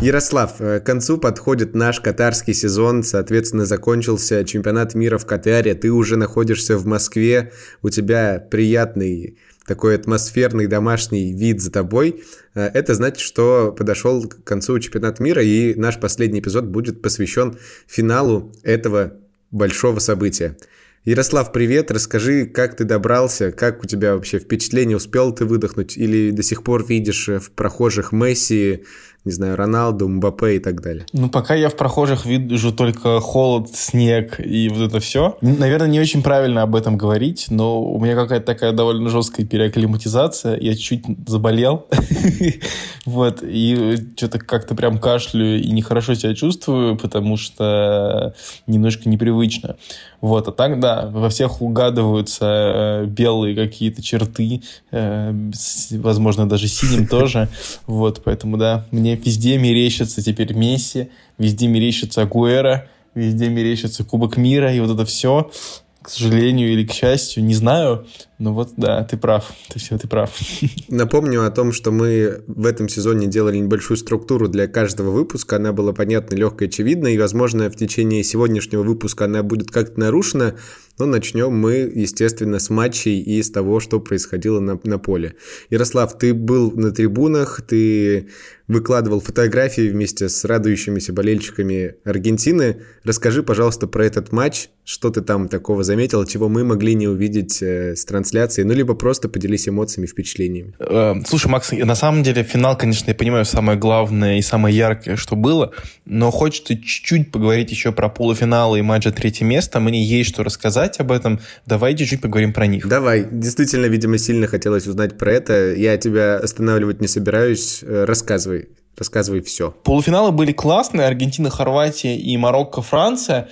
Ярослав, к концу подходит наш катарский сезон, соответственно, закончился чемпионат мира в Катаре, ты уже находишься в Москве, у тебя приятный такой атмосферный домашний вид за тобой. Это значит, что подошел к концу чемпионат мира, и наш последний эпизод будет посвящен финалу этого большого события. Ярослав, привет, расскажи, как ты добрался, как у тебя вообще впечатление, успел ты выдохнуть или до сих пор видишь в прохожих Месси, не знаю, Роналду, Мбаппе и так далее? Ну, пока я в прохожих вижу только холод, снег и вот это все. Наверное, не очень правильно об этом говорить, но у меня какая-то такая довольно жесткая переакклиматизация. Я чуть заболел. Вот. И что-то как-то прям кашляю и нехорошо себя чувствую, потому что немножко непривычно. Вот. А так, да, во всех угадываются белые какие-то черты, возможно, даже синим тоже. Вот. Поэтому, да, мне везде мерещится теперь Месси, везде мерещится Агуэро, везде мерещится Кубок мира, и вот это все, к сожалению или к счастью, не знаю, но вот да, ты прав, ты прав. Напомню о том, что мы в этом сезоне делали небольшую структуру для каждого выпуска, она была понятна, легкая, очевидна, и, возможно, в течение сегодняшнего выпуска она будет как-то нарушена, но начнем мы, естественно, с матчей и с того, что происходило на поле. Ярослав, ты был на трибунах, ты выкладывал фотографии вместе с радующимися болельщиками Аргентины. Расскажи, пожалуйста, про этот матч, что ты там такого заметил, чего мы могли не увидеть с трансляции, ну, либо просто поделись эмоциями, впечатлениями. Слушай, Макс, на самом деле финал, конечно, я понимаю, самое главное и самое яркое, что было, но хочется чуть-чуть поговорить еще про полуфиналы и матч за третье место. Мне есть что рассказать об этом. Давай чуть-чуть поговорим про них. Давай. Действительно, видимо, сильно хотелось узнать про это. Я тебя останавливать не собираюсь. Рассказывай все. Полуфиналы были классные. Аргентина, Хорватия и Марокко, Франция.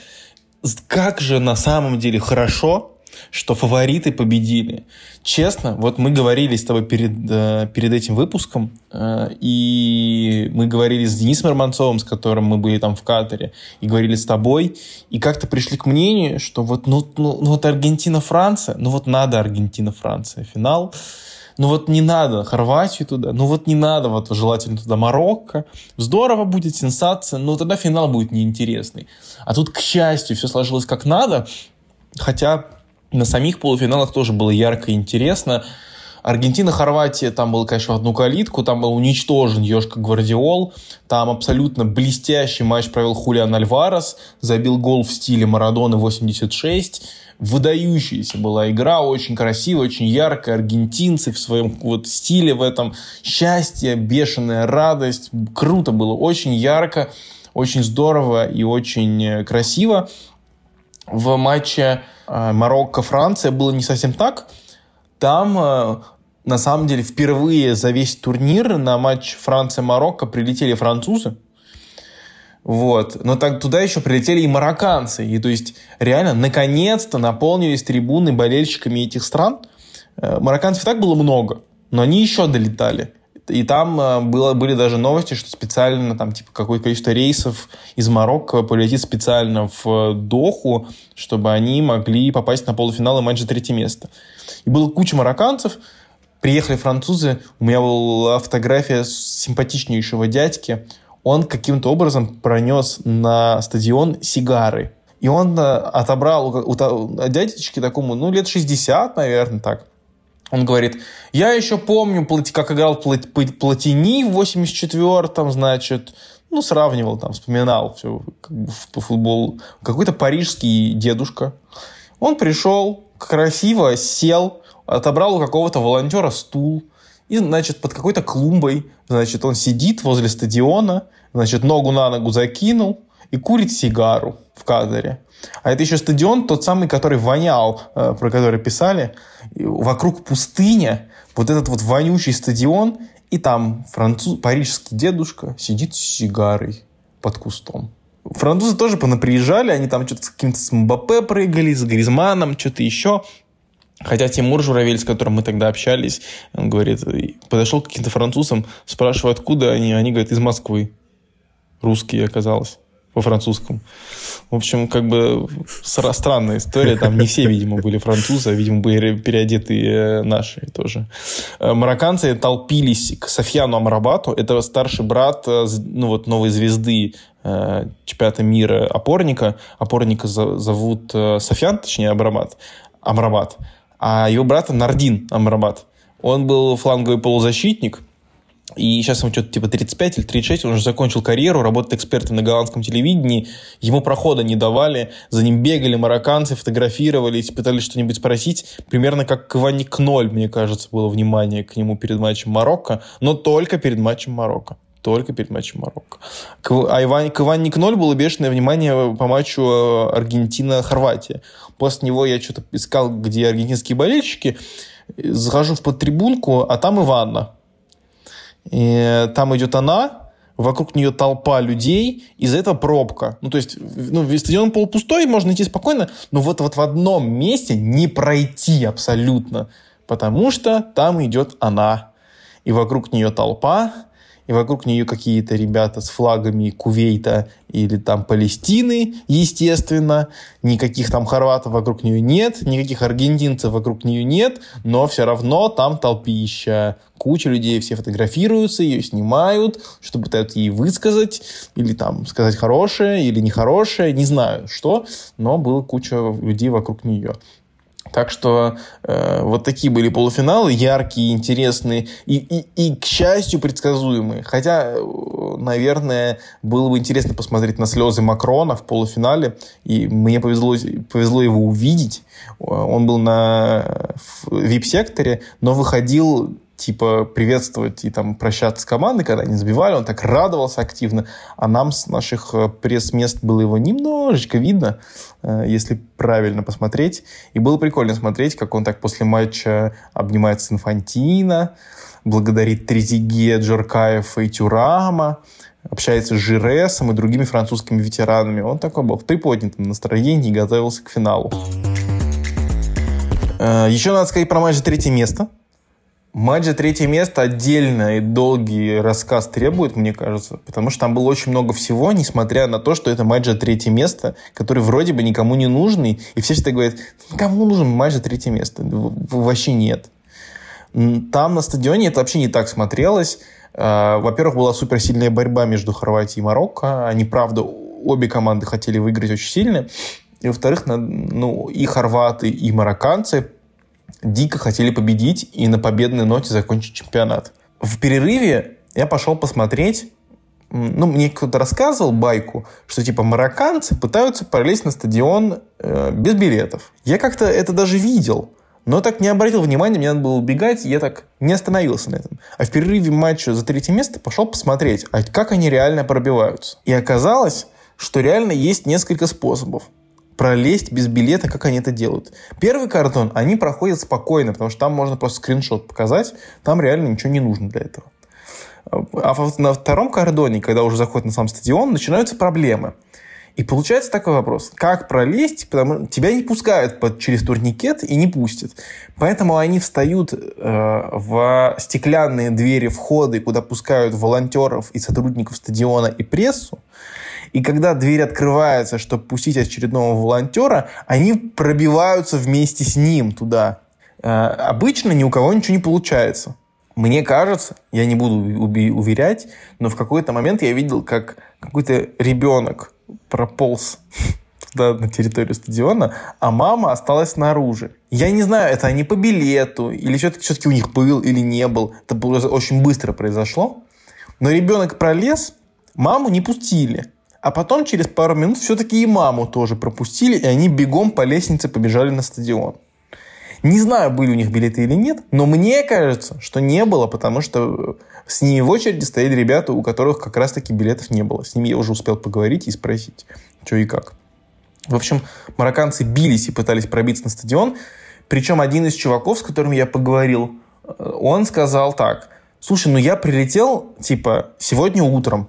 Как же на самом деле хорошо, что фавориты победили. Честно, вот мы говорили с тобой перед этим выпуском, и мы говорили с Денисом Романцовым, с которым мы были там в Катаре, и говорили с тобой, и как-то пришли к мнению, что вот, вот Аргентина-Франция, вот надо Аргентина-Франция финал, вот не надо Хорватию туда, вот не надо вот желательно туда Марокко. Здорово будет, сенсация, но тогда финал будет неинтересный. А тут, к счастью, все сложилось как надо, хотя на самих полуфиналах тоже было ярко и интересно. Аргентина-Хорватия, там было, конечно, в одну калитку, там был уничтожен Йошка Гвардиол, там абсолютно блестящий матч провел Хулиан Альварес, забил гол в стиле Марадоны 86, выдающаяся была игра, очень красивая, очень яркая, аргентинцы в своем вот стиле в этом, счастье, бешеная радость, круто было, очень ярко, очень здорово и очень красиво. В матче Марокко-Франция было не совсем так. Там, на самом деле, впервые за весь турнир на матч Франция-Марокко прилетели французы. Вот. Но туда еще прилетели и марокканцы. И то есть, реально, наконец-то наполнились трибуны болельщиками этих стран. Марокканцев и так было много, но они еще долетали. И там были даже новости, что специально там типа какое-то количество рейсов из Марокко полетит специально в Доху, чтобы они могли попасть на полуфинал и матч за третье место. И было куча марокканцев. Приехали французы. У меня была фотография симпатичнейшего дядьки. Он каким-то образом пронес на стадион сигары. И он отобрал у дядечки такому, лет 60, наверное, так. Он говорит, я еще помню, как играл Платини в 84-м, значит, сравнивал там, вспоминал все по футболу. Какой-то парижский дедушка. Он пришел, красиво сел, отобрал у какого-то волонтера стул. И, значит, под какой-то клумбой, значит, он сидит возле стадиона, значит, ногу на ногу закинул и курит сигару в кадре. А это еще стадион, тот самый, который вонял, про который писали. Вокруг пустыня, вот этот вот вонючий стадион, и там парижский дедушка сидит с сигарой под кустом. Французы тоже понаприезжали, они там что-то с каким-то с Мбаппе прыгали, с Гризманном, что-то еще. Хотя Тимур Журавель, с которым мы тогда общались, он говорит, подошел к каким-то французам, спрашивает, откуда они. Они говорят, из Москвы. Русские оказалось. по-французскому. В общем, как бы странная история. Там не все, видимо, были французы, а, видимо, были переодетые наши тоже. Марокканцы толпились к Софьяну Амрабату. Это старший брат новой звезды чемпионата мира опорника. Опорника зовут Софьян, точнее, Амрабат. А его брата Нардин Амрабат. Он был фланговый полузащитник. И сейчас ему что-то типа 35 или 36, он уже закончил карьеру, работает экспертом на голландском телевидении, ему прохода не давали, за ним бегали марокканцы, фотографировались, пытались что-нибудь спросить, примерно как к Иване Кноль, мне кажется, было внимание к нему перед матчем Марокко, но только перед матчем Марокко. Только перед матчем Марокко. К Иване Кноль было бешеное внимание по матчу Аргентина-Хорватия. После него я что-то искал, где аргентинские болельщики, захожу в подтрибунку, а там Иванна. И там идет она, вокруг нее толпа людей, из-за этого пробка. То есть, стадион полупустой, можно идти спокойно, но вот в одном месте не пройти абсолютно, потому что там идет она. И вокруг нее толпа, и вокруг нее какие-то ребята с флагами Кувейта или там Палестины, естественно. Никаких там хорватов вокруг нее нет, никаких аргентинцев вокруг нее нет, но все равно там толпища. Куча людей, все фотографируются, ее снимают, что пытаются ей высказать, или там сказать хорошее, или нехорошее, не знаю что, но была куча людей вокруг нее. Так что вот такие были полуфиналы, яркие, интересные и, к счастью, предсказуемые. Хотя, наверное, было бы интересно посмотреть на слезы Макрона в полуфинале, и мне повезло его увидеть. Он был на VIP-секторе, но выходил типа приветствовать и там прощаться с командой, когда они забивали, он так радовался активно, а нам с наших пресс-мест было его немножечко видно, если правильно посмотреть. И было прикольно смотреть, как он так после матча обнимается с Инфантино, благодарит Трезиге, Джоркаефа и Тюрама, общается с Жиресом и другими французскими ветеранами. Он такой был в приподнятом настроении и готовился к финалу. Еще надо сказать про матч за третье место. Матч за третье место отдельно и долгий рассказ требует, мне кажется, потому что там было очень много всего, несмотря на то, что это матч за третье место, который вроде бы никому не нужный, и все всегда говорят, кому нужен матч за третье место? Вообще нет. Там на стадионе это вообще не так смотрелось. Во-первых, была суперсильная борьба между Хорватией и Марокко. Они, правда, обе команды хотели выиграть очень сильно. И, во-вторых, и хорваты, и марокканцы дико хотели победить и на победной ноте закончить чемпионат. В перерыве я пошел посмотреть, мне кто-то рассказывал байку, что типа марокканцы пытаются пролезть на стадион без билетов. Я как-то это даже видел, но так не обратил внимания, мне надо было убегать, и я так не остановился на этом. А в перерыве матча за третье место пошел посмотреть, как они реально пробиваются. И оказалось, что реально есть несколько способов пролезть без билета, как они это делают. Первый картон они проходят спокойно, потому что там можно просто скриншот показать, там реально ничего не нужно для этого. А на втором кордоне, когда уже заходят на сам стадион, начинаются проблемы. И получается такой вопрос, как пролезть, потому что тебя не пускают через турникет и не пустят. Поэтому они встают в стеклянные двери входы, куда пускают волонтеров и сотрудников стадиона и прессу. И когда дверь открывается, чтобы пустить очередного волонтера, они пробиваются вместе с ним туда. Обычно ни у кого ничего не получается. Мне кажется, я не буду уверять, но в какой-то момент я видел, как какой-то ребенок прополз туда, на территорию стадиона, а мама осталась снаружи. Я не знаю, это они по билету, или все-таки у них был или не был. Это очень быстро произошло. Но ребенок пролез, маму не пустили. А потом, через пару минут, все-таки и маму тоже пропустили, и они бегом по лестнице побежали на стадион. Не знаю, были у них билеты или нет, но мне кажется, что не было, потому что с ними в очереди стояли ребята, у которых как раз-таки билетов не было. С ними я уже успел поговорить и спросить, что и как. В общем, марокканцы бились и пытались пробиться на стадион. Причем один из чуваков, с которым я поговорил, он сказал так. Слушай, я прилетел, сегодня утром.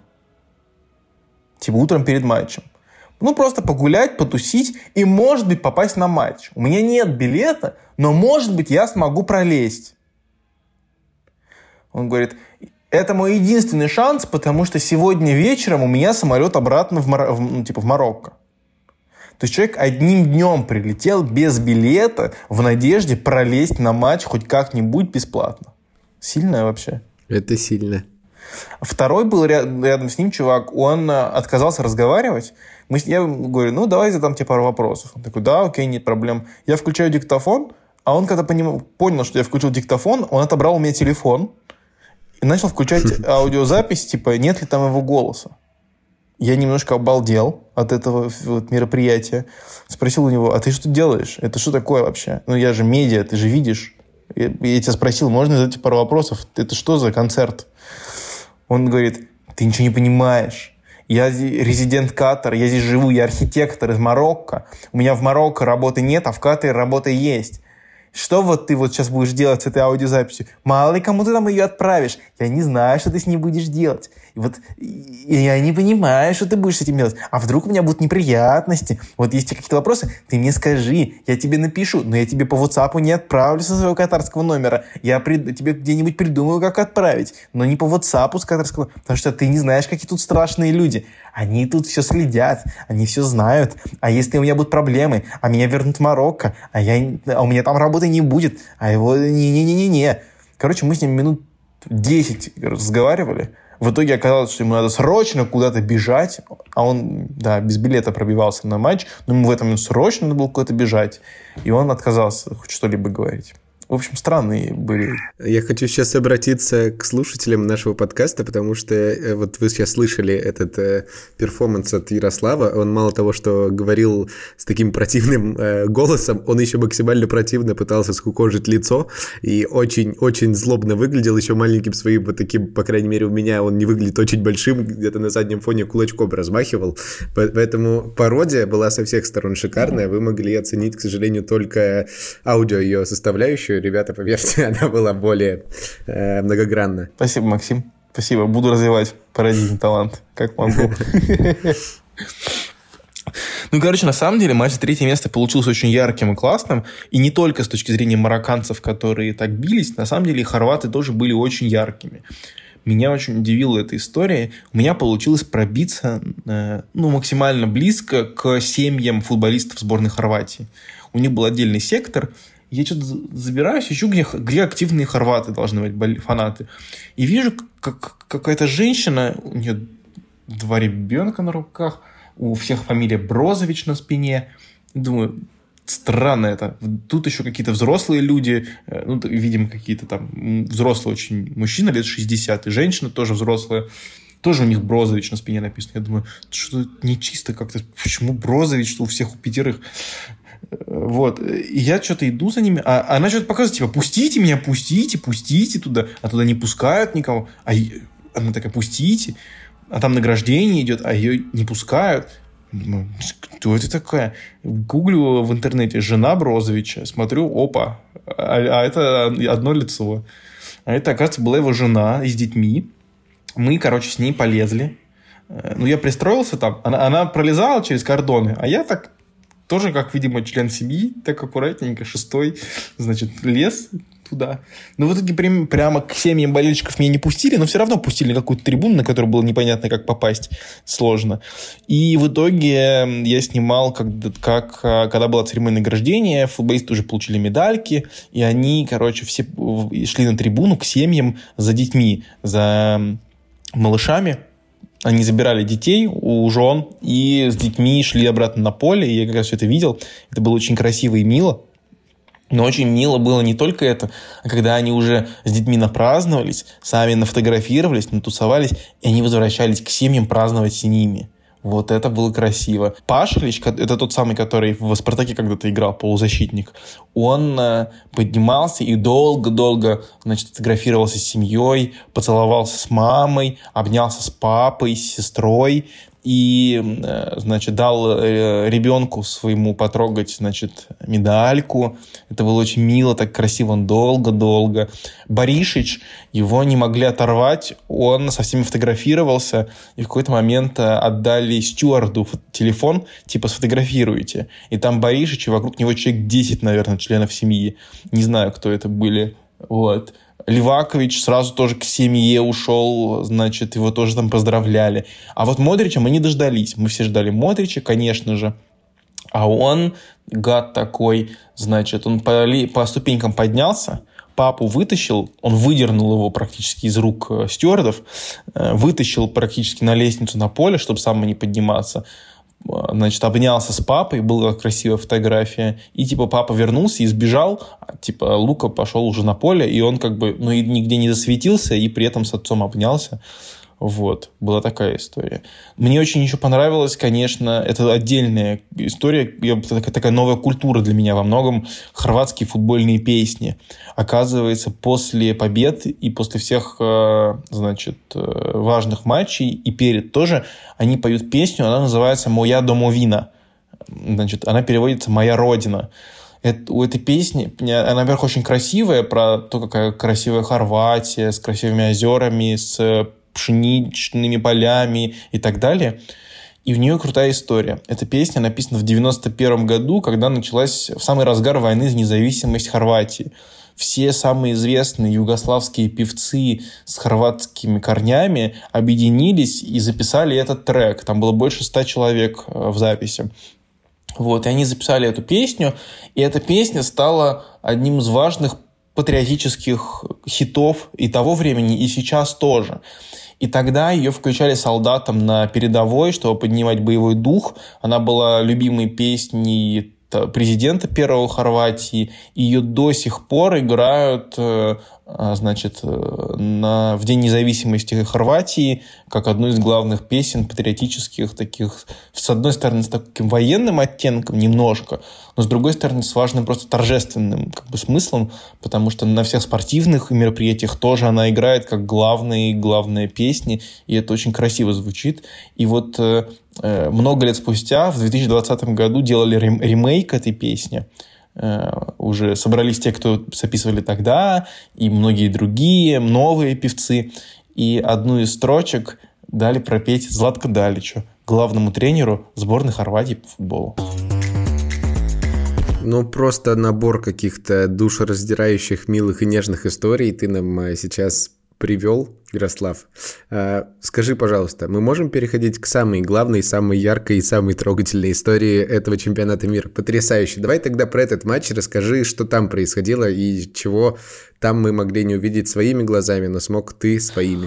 Утром перед матчем. Просто погулять, потусить и, может быть, попасть на матч. У меня нет билета, но, может быть, я смогу пролезть. Он говорит, Это мой единственный шанс, потому что сегодня вечером у меня самолет обратно в Марокко. То есть человек одним днем прилетел без билета в надежде пролезть на матч хоть как-нибудь бесплатно. Сильно вообще? Это сильно. Второй был рядом с ним чувак, он отказался разговаривать. Я говорю, ну давай задам тебе пару вопросов. Он такой, да, окей, нет проблем. Я включаю диктофон, а он когда понял, что я включил диктофон, он отобрал у меня телефон и начал включать аудиозапись, типа, нет ли там его голоса. Я немножко обалдел от этого мероприятия. Спросил у него, а ты что делаешь? Это что такое вообще? Ну, я же медиа, ты же видишь. Я тебя спросил, можно задать пару вопросов? Это что за концерт? Он говорит, ты ничего не понимаешь. Я резидент Катара, я здесь живу, я архитектор из Марокко. У меня в Марокко работы нет, а в Катаре работа есть. Что вот ты вот сейчас будешь делать с этой аудиозаписью? Мало ли кому ты там ее отправишь. Я не знаю, что ты с ней будешь делать. И вот я не понимаю, что ты будешь с этим делать. А вдруг у меня будут неприятности? Вот есть какие-то вопросы, ты мне скажи, я тебе напишу, но я тебе по WhatsApp не отправлю со своего катарского номера. Я тебе где-нибудь придумаю, как отправить, но не по WhatsApp с катарского, потому что ты не знаешь, какие тут страшные люди. Они тут все следят, они все знают. А если у меня будут проблемы, а меня вернут в Марокко, а у меня там работы не будет, а его не-не-не-не-не. Короче, мы с ним минут 10 разговаривали. В итоге оказалось, что ему надо срочно куда-то бежать, а он, да, без билета пробивался на матч, но ему в этом срочно надо было куда-то бежать, и он отказался хоть что-либо говорить. В общем, странные были. Я хочу сейчас обратиться к слушателям нашего подкаста, потому что вот вы сейчас слышали этот перформанс от Ярослава. Он мало того, что говорил с таким противным голосом, он еще максимально противно пытался скукожить лицо и очень-очень злобно выглядел, еще маленьким своим вот таким, по крайней мере, у меня он не выглядит очень большим, где-то на заднем фоне кулачком размахивал. Поэтому пародия была со всех сторон шикарная. Вы могли оценить, к сожалению, только аудио ее составляющую. Ребята, поверьте, она была более многогранна. Спасибо, Максим. Спасибо. Буду развивать пародийный талант, как могу. Ну, короче, на самом деле матч за третье место получился очень ярким и классным. И не только с точки зрения марокканцев, которые так бились. На самом деле, и хорваты тоже были очень яркими. Меня очень удивила эта история. У меня получилось пробиться максимально близко к семьям футболистов сборной Хорватии. У них был отдельный сектор. Я что-то забираюсь, ищу, где активные хорваты должны быть, фанаты. И вижу, как какая-то женщина, у нее 2 ребенка на руках, у всех фамилия Брозович на спине. Думаю, странно это. Тут еще какие-то взрослые люди, видимо, какие-то там взрослые очень мужчины лет 60, и женщина тоже взрослая. Тоже у них Брозович на спине написано. Я думаю, что-то нечисто как-то. Почему Брозович, что у всех, у 5? Вот. И я что-то иду за ними, а она что-то показывает, типа, пустите меня, пустите туда. А туда не пускают никого. Она такая, пустите. А там награждение идет, а ее не пускают. Думаю, кто это такая? Гуглю в интернете жена Брозовича. Смотрю, опа. А это одно лицо. А это, оказывается, была его жена с детьми. Мы, короче, с ней полезли. Я пристроился там. Она пролезала через кордоны, а я так тоже, как, видимо, член семьи, так аккуратненько, 6-й, лез туда. Но в итоге прямо к семьям болельщиков меня не пустили, но все равно пустили на какую-то трибуну, на которую было непонятно, как попасть, сложно. И в итоге я снимал, когда была церемония награждения, футболисты уже получили медальки, и они, короче, все шли на трибуну к семьям за детьми, за малышами. Они забирали детей у жен и с детьми шли обратно на поле. И я как раз все это видел. Это было очень красиво и мило. Но очень мило было не только это, а когда они уже с детьми напраздновались, сами нафотографировались, натусовались, и они возвращались к семьям праздновать с ними. Вот это было красиво. Пашелич, это тот самый, который в «Спартаке» когда-то играл, полузащитник, он поднимался и долго-долго, фотографировался с семьей, поцеловался с мамой, обнялся с папой, с сестрой и, дал ребенку своему потрогать, медальку. Это было очень мило, так красиво, он долго-долго. Баришич, его не могли оторвать, он со всеми фотографировался, и в какой-то момент отдали стюарду телефон, типа сфотографируйте. И там Баришич, и вокруг него человек 10, наверное, членов семьи. Не знаю, кто это были. Вот. Ливакович сразу тоже к семье ушел, значит, его тоже там поздравляли. А вот Модрича мы не дождались. Мы все ждали Модрича, конечно же. А он, гад такой, значит, он по ступенькам поднялся, папу вытащил, он выдернул его практически из рук стюардов, вытащил практически на лестницу на поле, чтобы сам не подниматься. Значит, обнялся с папой, была красивая фотография, и, типа, папа вернулся и сбежал, типа, Лука пошел уже на поле, и он, как бы, ну, и нигде не засветился, и при этом с отцом обнялся. Вот, была такая история. Мне очень еще понравилось, конечно, это отдельная история, такая новая культура для меня во многом, хорватские футбольные песни. Оказывается, после побед и после всех, значит, важных матчей и перед тоже, они поют песню, она называется «Моя домовина». Значит, она переводится «Моя родина». У этой песни, она, во-первых, очень красивая, про то, какая красивая Хорватия, с красивыми озерами, с пшеничными полями и так далее. И у нее крутая история. Эта песня написана в 1991 году, когда началась в самый разгар войны за независимость Хорватии. Все самые известные югославские певцы с хорватскими корнями объединились и записали этот трек. Там было больше 100 человек в записи. Вот, и они записали эту песню, и эта песня стала одним из важных патриотических хитов и того времени, и сейчас тоже. И тогда ее включали солдатам на передовой, чтобы поднимать боевой дух. Она была любимой песней президента первого Хорватии. Ее до сих пор играют, значит, в День независимости Хорватии как одну из главных песен патриотических таких, с одной стороны, с таким военным оттенком немножко, но с другой стороны, с важным просто торжественным как бы смыслом, потому что на всех спортивных мероприятиях тоже она играет как главные песни, и это очень красиво звучит. И вот много лет спустя, в 2020 году, делали ремейк этой песни. Уже собрались те, кто записывали тогда, и многие другие, новые певцы. И одну из строчек дали пропеть Златку Даличу, главному тренеру сборной Хорватии по футболу. Ну, просто набор каких-то душераздирающих, милых и нежных историй ты нам сейчас привел, Ярослав. Скажи, пожалуйста, мы можем переходить к самой главной, самой яркой и самой трогательной истории этого чемпионата мира? Потрясающе. Давай тогда про этот матч расскажи, что там происходило и чего там мы могли не увидеть своими глазами, но смог ты своими.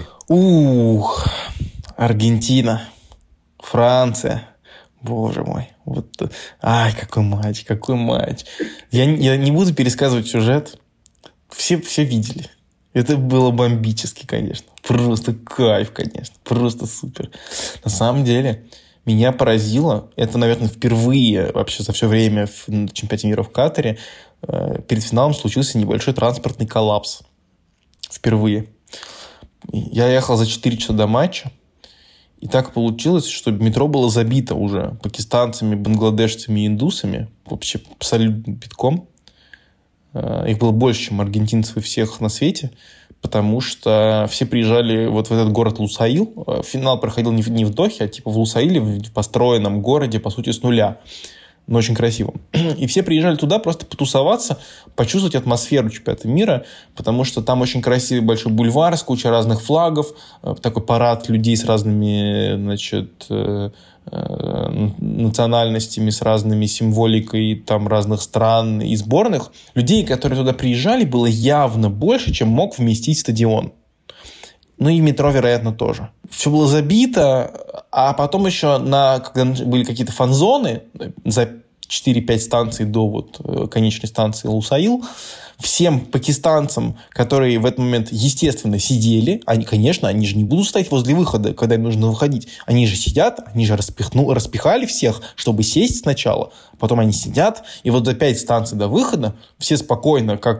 Аргентина, Франция. Боже мой. Вот. Ай, какой матч. Я не буду пересказывать сюжет. Все видели. Это было бомбически, конечно. Просто кайф, конечно. Просто супер. На самом деле, меня поразило, это, наверное, впервые вообще за все время в чемпионате мира в Катаре, перед финалом случился небольшой транспортный коллапс. Впервые. Я ехал за 4 часа до матча, и так получилось, что метро было забито уже пакистанцами, бангладешцами и индусами. Вообще абсолютно битком. Их было больше, чем аргентинцев и всех на свете, потому что все приезжали вот в этот город Лусаил. Финал проходил не в Дохе, а типа в Лусаиле, в построенном городе, по сути, с нуля. Но очень красиво. И все приезжали туда просто потусоваться, почувствовать атмосферу чемпионата мира, потому что там очень красивый большой бульвар с кучей разных флагов, такой парад людей с разными, значит, национальностями, с разными символикой там разных стран и сборных. Людей, которые туда приезжали, было явно больше, чем мог вместить стадион. Ну и метро, вероятно, тоже. Все было забито, а потом еще, когда были какие-то фан-зоны, за 4-5 станций до вот конечной станции Лусаил, всем пакистанцам, которые в этот момент, естественно, сидели, они же не будут стоять возле выхода, когда им нужно выходить. Они же сидят, они же распихали всех, чтобы сесть сначала. Потом они сидят, и вот за 5 станций до выхода все спокойно, как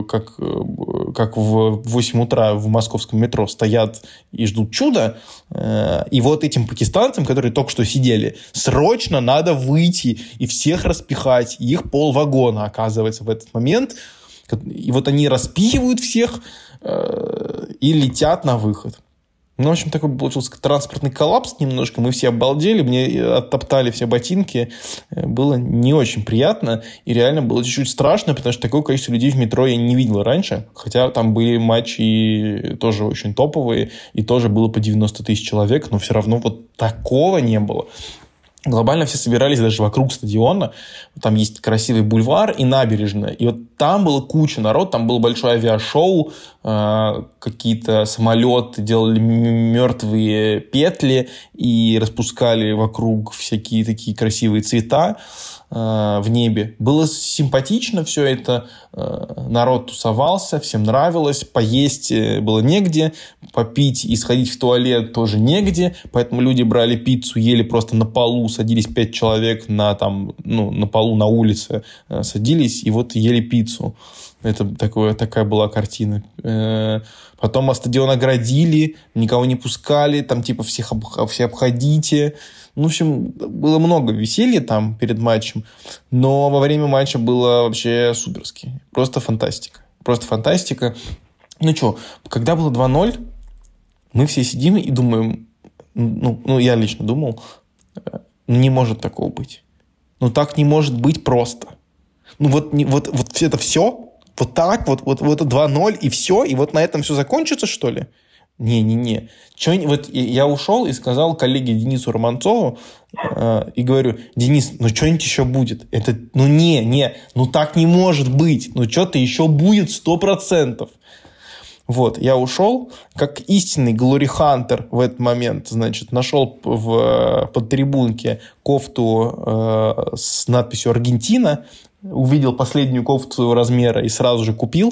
в 8 утра в московском метро, стоят и ждут чуда. И вот этим пакистанцам, которые только что сидели, срочно надо выйти и всех распихать. Их полвагона, оказывается, в этот момент. И вот они распихивают всех и летят на выход. Ну, в общем, такой получился транспортный коллапс немножко. Мы все обалдели, мне оттоптали все ботинки. Было не очень приятно. И реально было чуть-чуть страшно, потому что такое количество людей в метро я не видел раньше. Хотя там были матчи тоже очень топовые. И тоже было по 90 тысяч человек. Но все равно вот такого не было. Глобально все собирались даже вокруг стадиона. Там есть красивый бульвар и набережная. И вот там было куча народ, там было большое авиашоу, какие-то самолеты делали мертвые петли и распускали вокруг всякие такие красивые цвета в небе. Было симпатично все это. Народ тусовался, всем нравилось. Поесть было негде, попить и сходить в туалет тоже негде. Поэтому люди брали пиццу, ели просто на полу, садились 5 человек на полу на улице, садились и вот ели пиццу. Это такая была картина. Потом стадион оградили, никого не пускали, там типа все обходите. Ну, в общем, было много веселья там перед матчем, но во время матча было вообще суперски. Просто фантастика. Просто фантастика. Ну что, когда было 2-0, мы все сидим и думаем, я лично думал, не может такого быть. Так не может быть просто. Вот это все, вот так, вот это 2-0 и все, и вот на этом все закончится, что ли? Не. Вот я ушел и сказал коллеге Денису Романцову и говорю: Денис, что-нибудь еще будет. Это, так не может быть. Что-то еще будет 100%. Вот, я ушел, как истинный глори-хантер в этот момент, значит, нашел под трибунке кофту с надписью «Аргентина», увидел последнюю кофту своего размера и сразу же купил.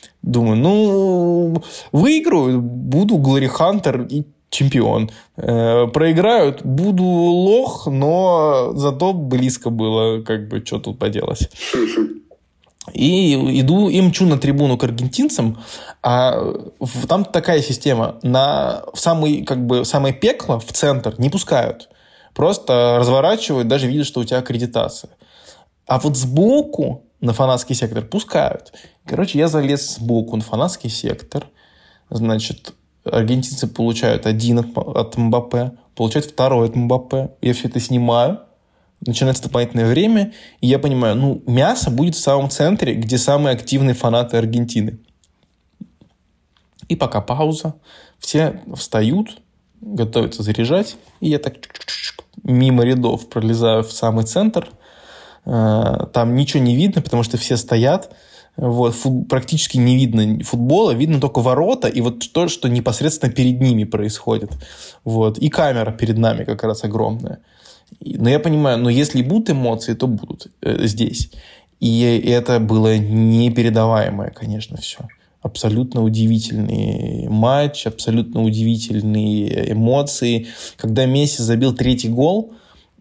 Думаю, выиграю, буду глори-хантер и чемпион. Проиграют, буду лох, но зато близко было, что тут поделать. И иду и мчу на трибуну к аргентинцам, а там такая система. В самое пекло, в центр, не пускают. Просто разворачивают, даже видят, что у тебя аккредитация. А вот сбоку на фанатский сектор пускают. Я залез сбоку на фанатский сектор. Значит, аргентинцы получают один от Мбаппе, получают второй от Мбаппе. Я все это снимаю. Начинается дополнительное время, и я понимаю, мясо будет в самом центре, где самые активные фанаты Аргентины. И пока пауза, все встают, готовятся заряжать, и я так мимо рядов пролезаю в самый центр. Там ничего не видно, потому что все стоят. Практически не видно футбола, видно только ворота и вот то, что непосредственно перед ними происходит. И камера перед нами как раз огромная. Но я понимаю, если будут эмоции, то будут здесь. И это было непередаваемое, конечно, все. Абсолютно удивительный матч, абсолютно удивительные эмоции. Когда Месси забил 3-й гол,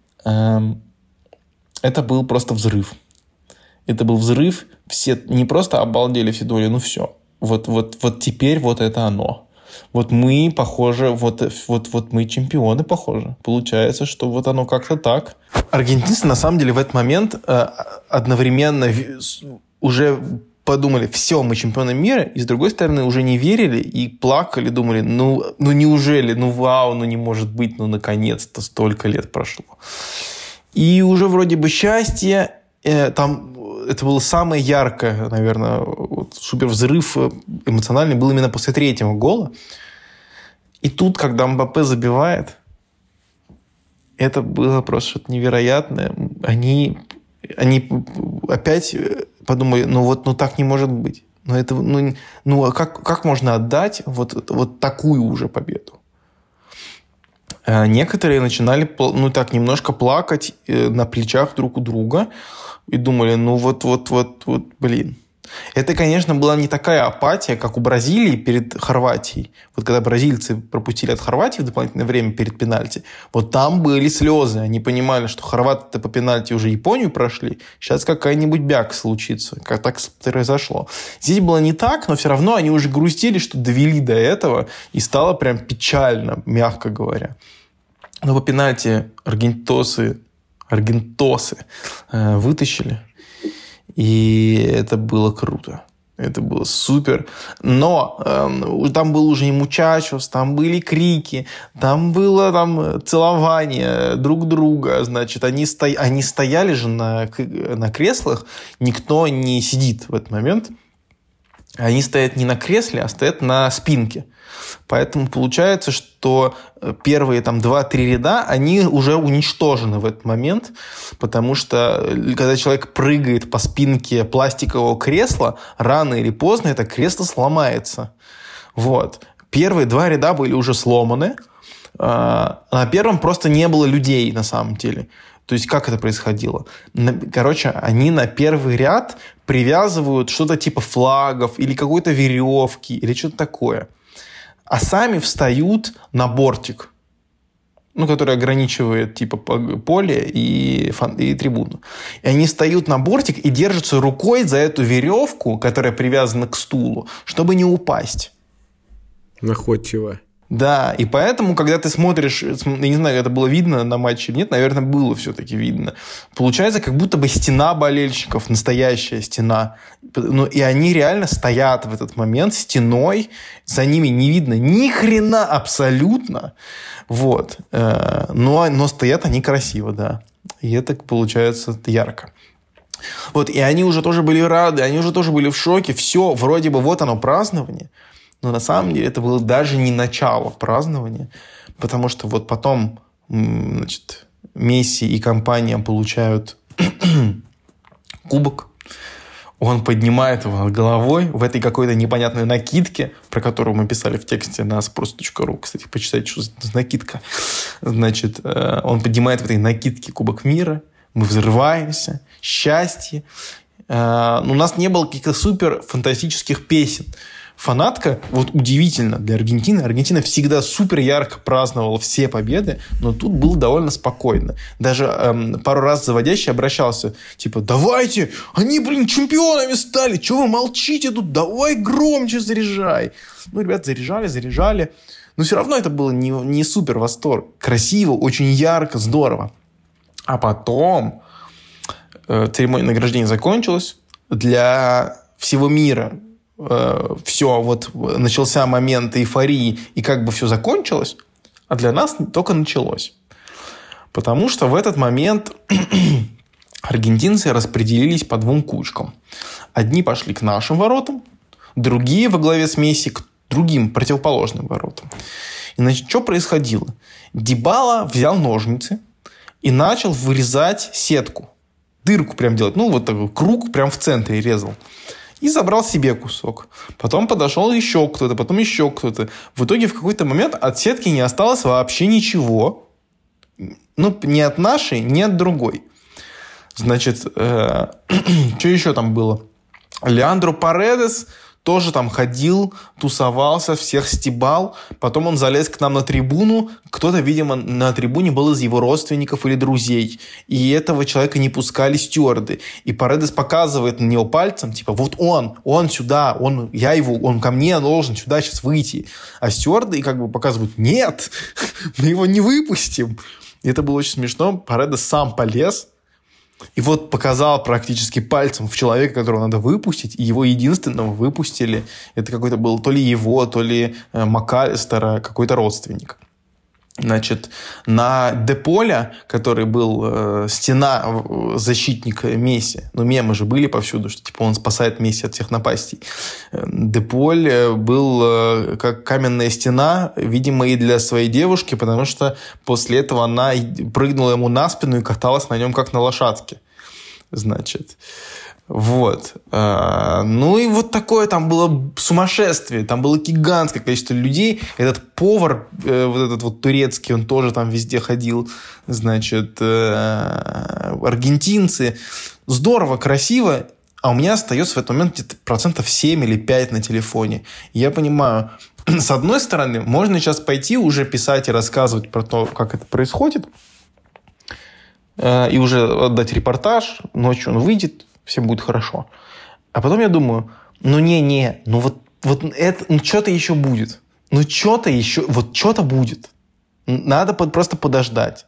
это был просто взрыв. Это был взрыв. Все не просто обалдели, все думали, все. Вот теперь вот это оно. Вот мы, похоже, вот мы чемпионы, похоже. Получается, что вот оно как-то так. Аргентинцы, на самом деле, в этот момент одновременно уже подумали, все, мы чемпионы мира, и, с другой стороны, уже не верили и плакали, думали, неужели, вау, не может быть, наконец-то столько лет прошло. И уже вроде бы счастье, там это было самое яркое, наверное, супервзрыв эмоциональный был именно после 3-го гола. И тут, когда Мбаппе забивает, это было просто что-то невероятное. Они опять подумали, так не может быть. Как можно отдать вот такую уже победу? Некоторые начинали так немножко плакать на плечах друг у друга и думали, блин. Это, конечно, была не такая апатия, как у Бразилии перед Хорватией. Когда бразильцы пропустили от Хорватии в дополнительное время перед пенальти, там были слезы. Они понимали, что хорваты-то по пенальти уже Японию прошли. Сейчас какая-нибудь бяка случится. Как так произошло. Здесь было не так, но все равно они уже грустили, что довели до этого. И стало прям печально, мягко говоря. Но по пенальти аргентосы вытащили. И это было круто. Это было супер. Но там был уже и мучачос, там были крики, там было целование друг друга. Значит, они стояли же на креслах, никто не сидит в этот момент. Они стоят не на кресле, а стоят на спинке. Поэтому получается, что первые 2-3 ряда, они уже уничтожены в этот момент, потому что когда человек прыгает по спинке пластикового кресла, рано или поздно это кресло сломается. Вот. Первые 2 ряда были уже сломаны. На первом просто не было людей на самом деле. То есть, как это происходило? Короче, они на первый ряд привязывают что-то типа флагов или какой-то веревки или что-то такое. А сами встают на бортик, который ограничивает типа поле и трибуну. И они встают на бортик и держатся рукой за эту веревку, которая привязана к стулу, чтобы не упасть. Находчиво. Да, и поэтому, когда ты смотришь, я не знаю, это было видно на матче или нет, наверное, было все-таки видно. Получается, как будто бы стена болельщиков, настоящая стена. И они реально стоят в этот момент стеной, за ними не видно ни хрена абсолютно. Вот. Но стоят они красиво, да. И это получается ярко. Вот, и они уже тоже были рады, они уже тоже были в шоке. Все, вроде бы вот оно празднование. Но на самом деле это было даже не начало празднования, потому что вот потом, значит, Месси и компания получают кубок, он поднимает его над головой в этой какой-то непонятной накидке, про которую мы писали в тексте на spross.ru. Кстати, почитайте, что за накидка. Значит, он поднимает в этой накидке Кубок мира, мы взрываемся, счастье. У нас не было каких-то супер фантастических песен. Фанатка, вот удивительно для Аргентины. Аргентина всегда супер ярко праздновала все победы, но тут было довольно спокойно. Даже пару раз заводящий обращался, типа, давайте, они, чемпионами стали, чего вы молчите тут, давай громче заряжай. Ребята заряжали, но все равно это было не супер восторг. Красиво, очень ярко, здорово. А потом церемония награждения закончилась. Для всего мира все, вот начался момент эйфории, и как бы все закончилось, а для нас только началось. Потому что в этот момент аргентинцы распределились по 2 кучкам. Одни пошли к нашим воротам, другие во главе с Месси к другим противоположным воротам. И, значит, что происходило? Дибала взял ножницы и начал вырезать сетку. Дырку прям делать. Вот такой круг прям в центре резал. И забрал себе кусок. Потом подошел еще кто-то, потом еще кто-то. В итоге в какой-то момент от сетки не осталось вообще ничего. Ни от нашей, ни от другой. Значит, что еще там было? Леандро Паредес тоже там ходил, тусовался, всех стебал. Потом он залез к нам на трибуну. Кто-то, видимо, на трибуне был из его родственников или друзей. И этого человека не пускали стюарды. И Паредес показывает на него пальцем, типа, вот он сюда, он ко мне должен сюда сейчас выйти. А стюарды как бы показывают, нет, мы его не выпустим. И это было очень смешно. Паредес сам полез. И вот показал практически пальцем в человека, которого надо выпустить, и его единственного выпустили. Это какой-то был то ли его, то ли МакАлистера, какой-то родственник. Значит, на Деполя, который был стена защитника Месси, мемы же были повсюду, что типа он спасает Месси от всех напастей. Деполь был как каменная стена, видимо, и для своей девушки, потому что после этого она прыгнула ему на спину и каталась на нем, как на лошадке. Значит, вот. И вот такое там было сумасшествие. Там было гигантское количество людей. Этот повар, вот этот вот турецкий, он тоже там везде ходил. Значит, аргентинцы. Здорово, красиво. А у меня остается в этот момент где-то 7 или 5% на телефоне. Я понимаю, с одной стороны, можно сейчас пойти уже писать и рассказывать про то, как это происходит. И уже отдать репортаж. Ночью он выйдет. Всем будет хорошо. А потом я думаю, вот это, что-то еще будет. Что-то будет. Надо просто подождать.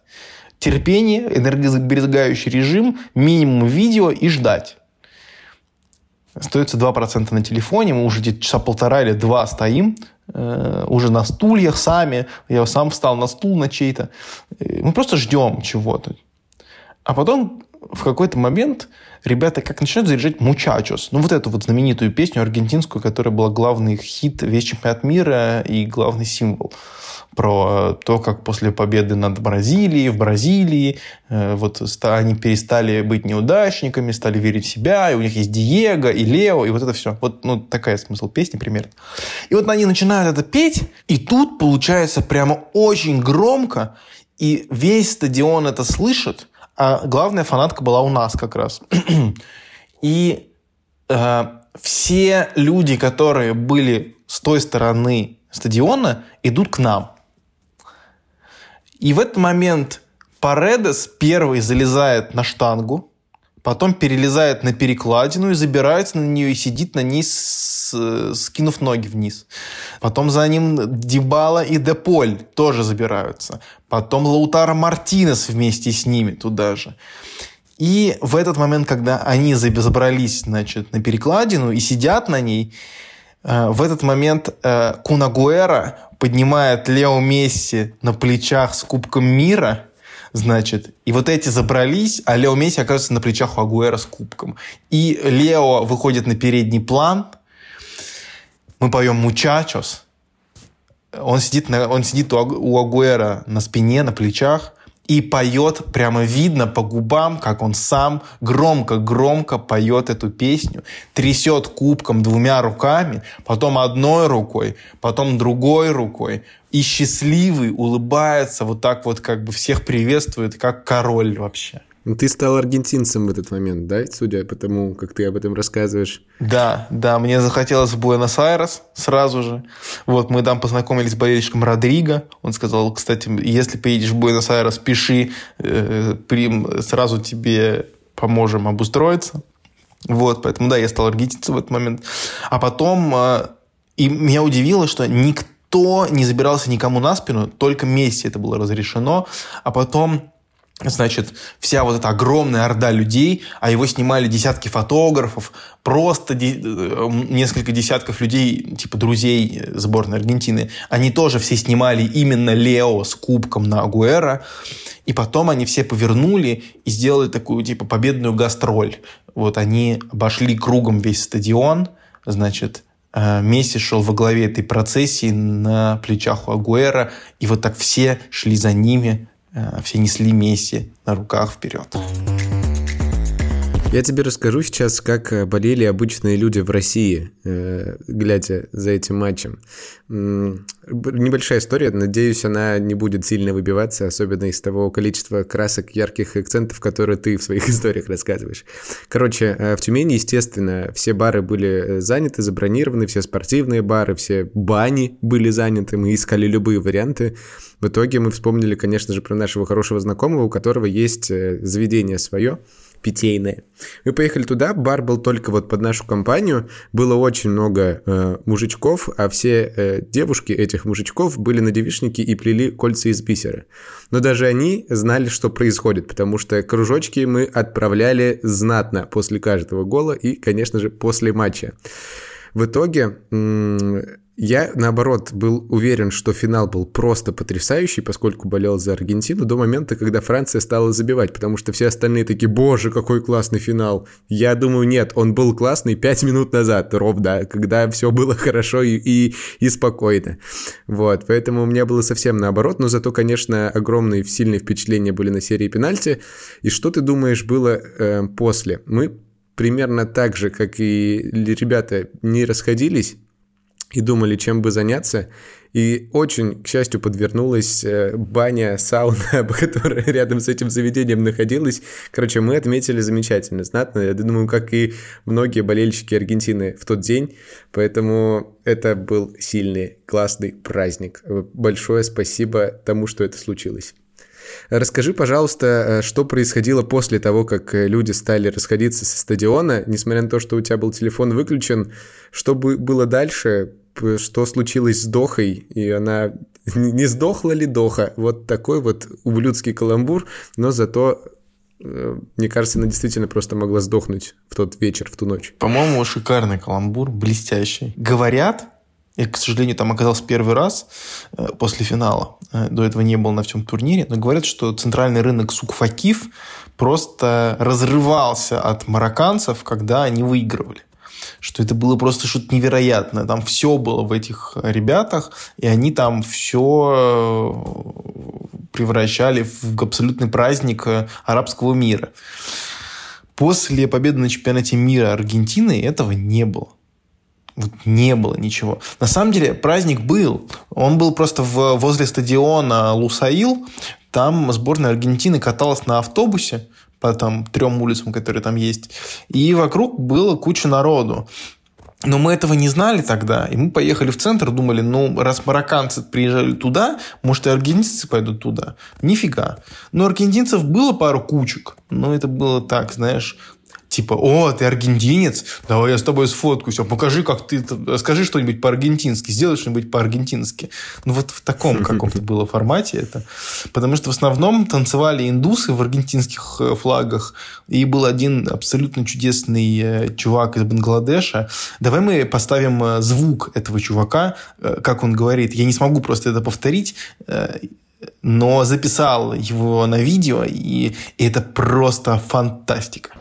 Терпение, энергосберегающий режим, минимум видео и ждать. Остается 2% на телефоне, мы уже где-то часа полтора или два стоим, уже на стульях сами, я сам встал на стул на чей-то. Мы просто ждем чего-то. А потом в какой-то момент ребята как начинают заряжать «Мучачос». Ну, вот эту вот знаменитую песню аргентинскую, которая была главный хит весь чемпионат мира и главный символ. Про то, как после победы над Бразилией, в Бразилии, вот они перестали быть неудачниками, стали верить в себя, и у них есть Диего, и Лео, и вот это все. Вот, ну, такая смысл песни примерно. И вот они начинают это петь, и тут получается прямо очень громко, и весь стадион это слышит, а главная фанатка была у нас как раз. И все люди, которые были с той стороны стадиона, идут к нам. И в этот момент Паредес первый залезает на штангу, потом перелезает на перекладину и забирается на нее и сидит на ней, скинув ноги вниз. Потом за ним Дибала и Деполь тоже забираются. Потом Лаутаро Мартинес вместе с ними туда же. И в этот момент, когда они забрались, значит, на перекладину и сидят на ней, в этот момент Кун Агуэро поднимает Лео Месси на плечах с Кубком мира, значит, и вот эти забрались, а Лео Месси оказывается на плечах у Агуэро с кубком. И Лео выходит на передний план, мы поем «Мучачос», он сидит у Агуэро на спине, на плечах, и поет, прямо видно по губам, как он сам громко-громко поет эту песню, трясет кубком двумя руками, потом одной рукой, потом другой рукой, и счастливый улыбается, вот так вот как бы всех приветствует, как король вообще. Ты стал аргентинцем в этот момент, да? Судя по тому, как ты об этом рассказываешь. Да, мне захотелось в Буэнос-Айрес сразу же. Вот, мы там познакомились с болельщиком Родриго. Он сказал, кстати, если поедешь в Буэнос-Айрес, пиши, сразу тебе поможем обустроиться. Вот, поэтому, да, я стал аргентинцем в этот момент. А потом, и меня удивило, что никто не забирался никому на спину, только Месси это было разрешено. А потом... Значит, вся вот эта огромная орда людей, а его снимали десятки фотографов, просто несколько десятков людей, типа друзей сборной Аргентины, они тоже все снимали именно Лео с кубком на Агуэро, и потом они все повернули и сделали такую, типа, победную гастроль. Вот они обошли кругом весь стадион, значит, Месси шел во главе этой процессии на плечах у Агуэро, и вот так все шли за ними, все несли Месси на руках вперед. Я тебе расскажу сейчас, как болели обычные люди в России, глядя за этим матчем. Небольшая история, надеюсь, она не будет сильно выбиваться, особенно из того количества красок, ярких акцентов, которые ты в своих историях рассказываешь. Короче, в Тюмени, естественно, все бары были заняты, забронированы, все спортивные бары, все бани были заняты, мы искали любые варианты. В итоге мы вспомнили, конечно же, про нашего хорошего знакомого, у которого есть заведение свое, питейное. Мы поехали туда, бар был только вот под нашу компанию, было очень много мужичков, а все девушки этих мужичков были на девичнике и плели кольца из бисера. Но даже они знали, что происходит, потому что кружочки мы отправляли знатно после каждого гола и, конечно же, после матча. В итоге... Я, наоборот, был уверен, что финал был просто потрясающий, поскольку болел за Аргентину, до момента, когда Франция стала забивать, потому что все остальные такие: боже, какой классный финал. Я думаю, нет, он был классный 5 минут назад, ровно, когда все было хорошо и спокойно. Вот, поэтому у меня было совсем наоборот, но зато, конечно, огромные сильные впечатления были на серии пенальти. И что ты думаешь было после? Мы примерно так же, как и ребята, не расходились и думали, чем бы заняться. И очень, к счастью, подвернулась баня, сауна, которая рядом с этим заведением находилась. Короче, мы отметили замечательно, знатно. Я думаю, как и многие болельщики Аргентины в тот день. Поэтому это был сильный, классный праздник. Большое спасибо тому, что это случилось. Расскажи, пожалуйста, что происходило после того, как люди стали расходиться со стадиона, несмотря на то, что у тебя был телефон выключен, что было дальше, что случилось с Дохой, и она не сдохла ли Доха? Вот такой вот ублюдский каламбур, но зато Мне кажется, она действительно просто могла сдохнуть в тот вечер, в ту ночь. По-моему, шикарный каламбур, блестящий. Говорят, я, к сожалению, там оказался первый раз после финала. До этого не был на всем турнире. Но говорят, что центральный рынок Сук-Факиф просто разрывался от марокканцев, когда они выигрывали. Что это было просто что-то невероятное. Там все было в этих ребятах, и они там все превращали в абсолютный праздник арабского мира. После победы на чемпионате мира Аргентины этого не было. Вот не было ничего. На самом деле праздник был. Он был просто возле стадиона Лусаил. Там сборная Аргентины каталась на автобусе по 3 улицам, которые там есть. И вокруг было куча народу. Но мы этого не знали тогда. И мы поехали в центр, думали, раз марокканцы приезжали туда, может, и аргентинцы пойдут туда. Нифига. Но аргентинцев было пару кучек. Но это было так, знаешь... Типа, о, ты аргентинец, давай я с тобой сфоткаюсь, покажи, как ты, скажи что-нибудь по-аргентински, сделай что-нибудь по-аргентински. Вот в таком каком-то было формате это. Потому что в основном танцевали индусы в аргентинских флагах, и был один абсолютно чудесный чувак из Бангладеша. Давай мы поставим звук этого чувака, как он говорит. Я не смогу просто это повторить, но записал его на видео, и это просто фантастика.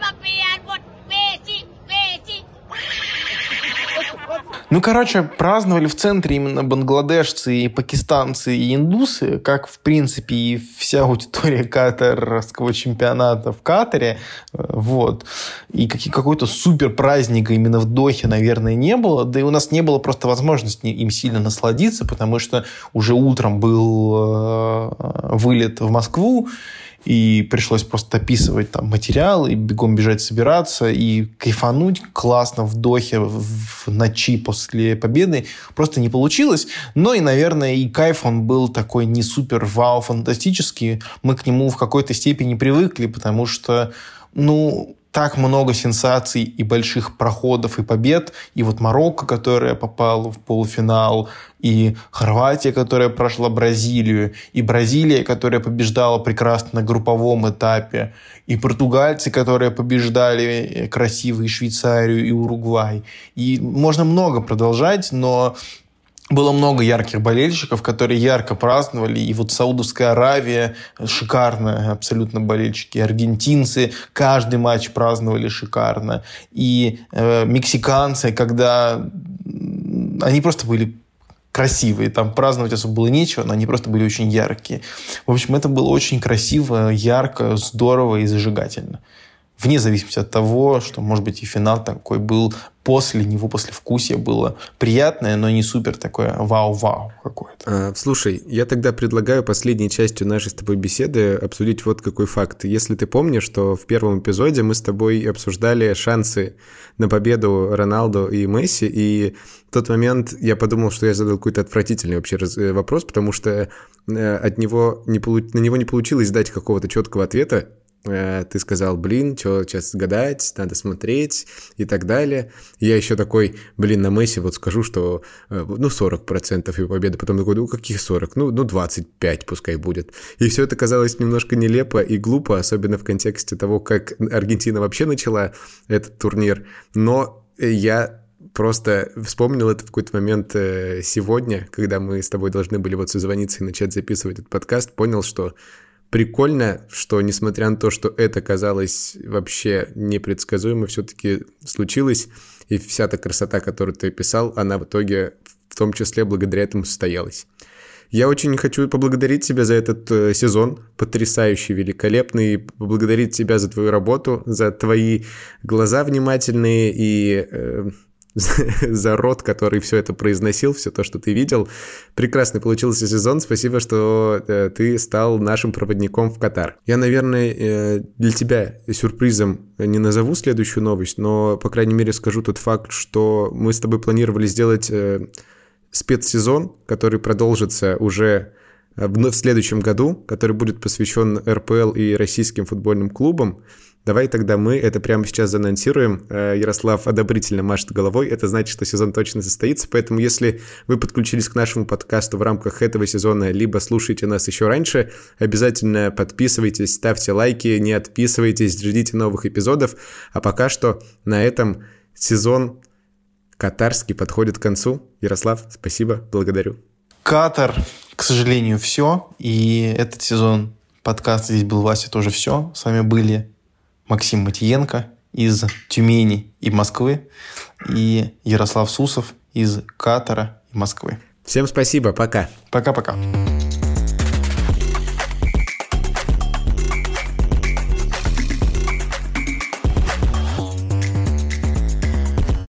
Праздновали в центре именно бангладешцы, и пакистанцы, и индусы, как, в принципе, и вся аудитория катарского чемпионата в Катаре. Вот. И какой-то супер праздника именно в Дохе, наверное, не было. Да и у нас не было просто возможности им сильно насладиться, потому что уже утром был вылет в Москву, и пришлось просто описывать там материал, и бегом бежать собираться, и кайфануть классно в Дохе в ночи после победы просто не получилось. Но и, наверное, и кайф он был такой не супер вау фантастический. Мы к нему в какой-то степени привыкли, потому что, так много сенсаций и больших проходов и побед. И вот Марокко, которая попала в полуфинал, и Хорватия, которая прошла Бразилию, и Бразилия, которая побеждала прекрасно на групповом этапе, и португальцы, которые побеждали красиво и Швейцарию, и Уругвай. И можно много продолжать, но... Было много ярких болельщиков, которые ярко праздновали. И вот Саудовская Аравия, шикарно абсолютно болельщики. Аргентинцы каждый матч праздновали шикарно. И мексиканцы, когда... Они просто были красивые. Там праздновать особо было нечего, но они просто были очень яркие. В общем, это было очень красиво, ярко, здорово и зажигательно. Вне зависимости от того, что, может быть, и финал такой был, после него, послевкусие было приятное, но не супер такое вау-вау какое-то. Слушай, я тогда предлагаю последней частью нашей с тобой беседы обсудить вот какой факт. Если ты помнишь, что в первом эпизоде мы с тобой обсуждали шансы на победу Роналду и Месси, и в тот момент я подумал, что я задал какой-то отвратительный вообще вопрос, потому что на него не получилось дать какого-то четкого ответа. Ты сказал, что сейчас гадать, надо смотреть и так далее. И я еще такой, на Месси вот скажу, что 40% его победы. Потом такой, каких 40? 25 пускай будет. И все это казалось немножко нелепо и глупо, особенно в контексте того, как Аргентина вообще начала этот турнир. Но я просто вспомнил это в какой-то момент сегодня, когда мы с тобой должны были вот созвониться и начать записывать этот подкаст, понял, что прикольно, что несмотря на то, что это казалось вообще непредсказуемо, все-таки случилось, и вся та красота, которую ты описал, она в итоге в том числе благодаря этому состоялась. Я очень хочу поблагодарить тебя за этот сезон, потрясающий, великолепный, поблагодарить тебя за твою работу, за твои глаза внимательные и... за рот, который все это произносил, все то, что ты видел. Прекрасный получился сезон. Спасибо, что ты стал нашим проводником в Катар. Я, наверное, для тебя сюрпризом не назову следующую новость, но, по крайней мере, скажу тот факт, что мы с тобой планировали сделать спецсезон, который продолжится уже в следующем году, который будет посвящен РПЛ и российским футбольным клубам. Давай тогда мы это прямо сейчас заанонсируем. Ярослав одобрительно машет головой. Это значит, что сезон точно состоится. Поэтому, если вы подключились к нашему подкасту в рамках этого сезона, либо слушаете нас еще раньше, обязательно подписывайтесь, ставьте лайки, не отписывайтесь, ждите новых эпизодов. А пока что на этом сезон катарский подходит к концу. Ярослав, спасибо, благодарю. Катар, к сожалению, все. И этот сезон подкаста «Здесь был Вася» тоже все. С вами были Максим Матиенко из Тюмени и Москвы и Ярослав Сусов из Катара и Москвы. Всем спасибо, пока. Пока-пока.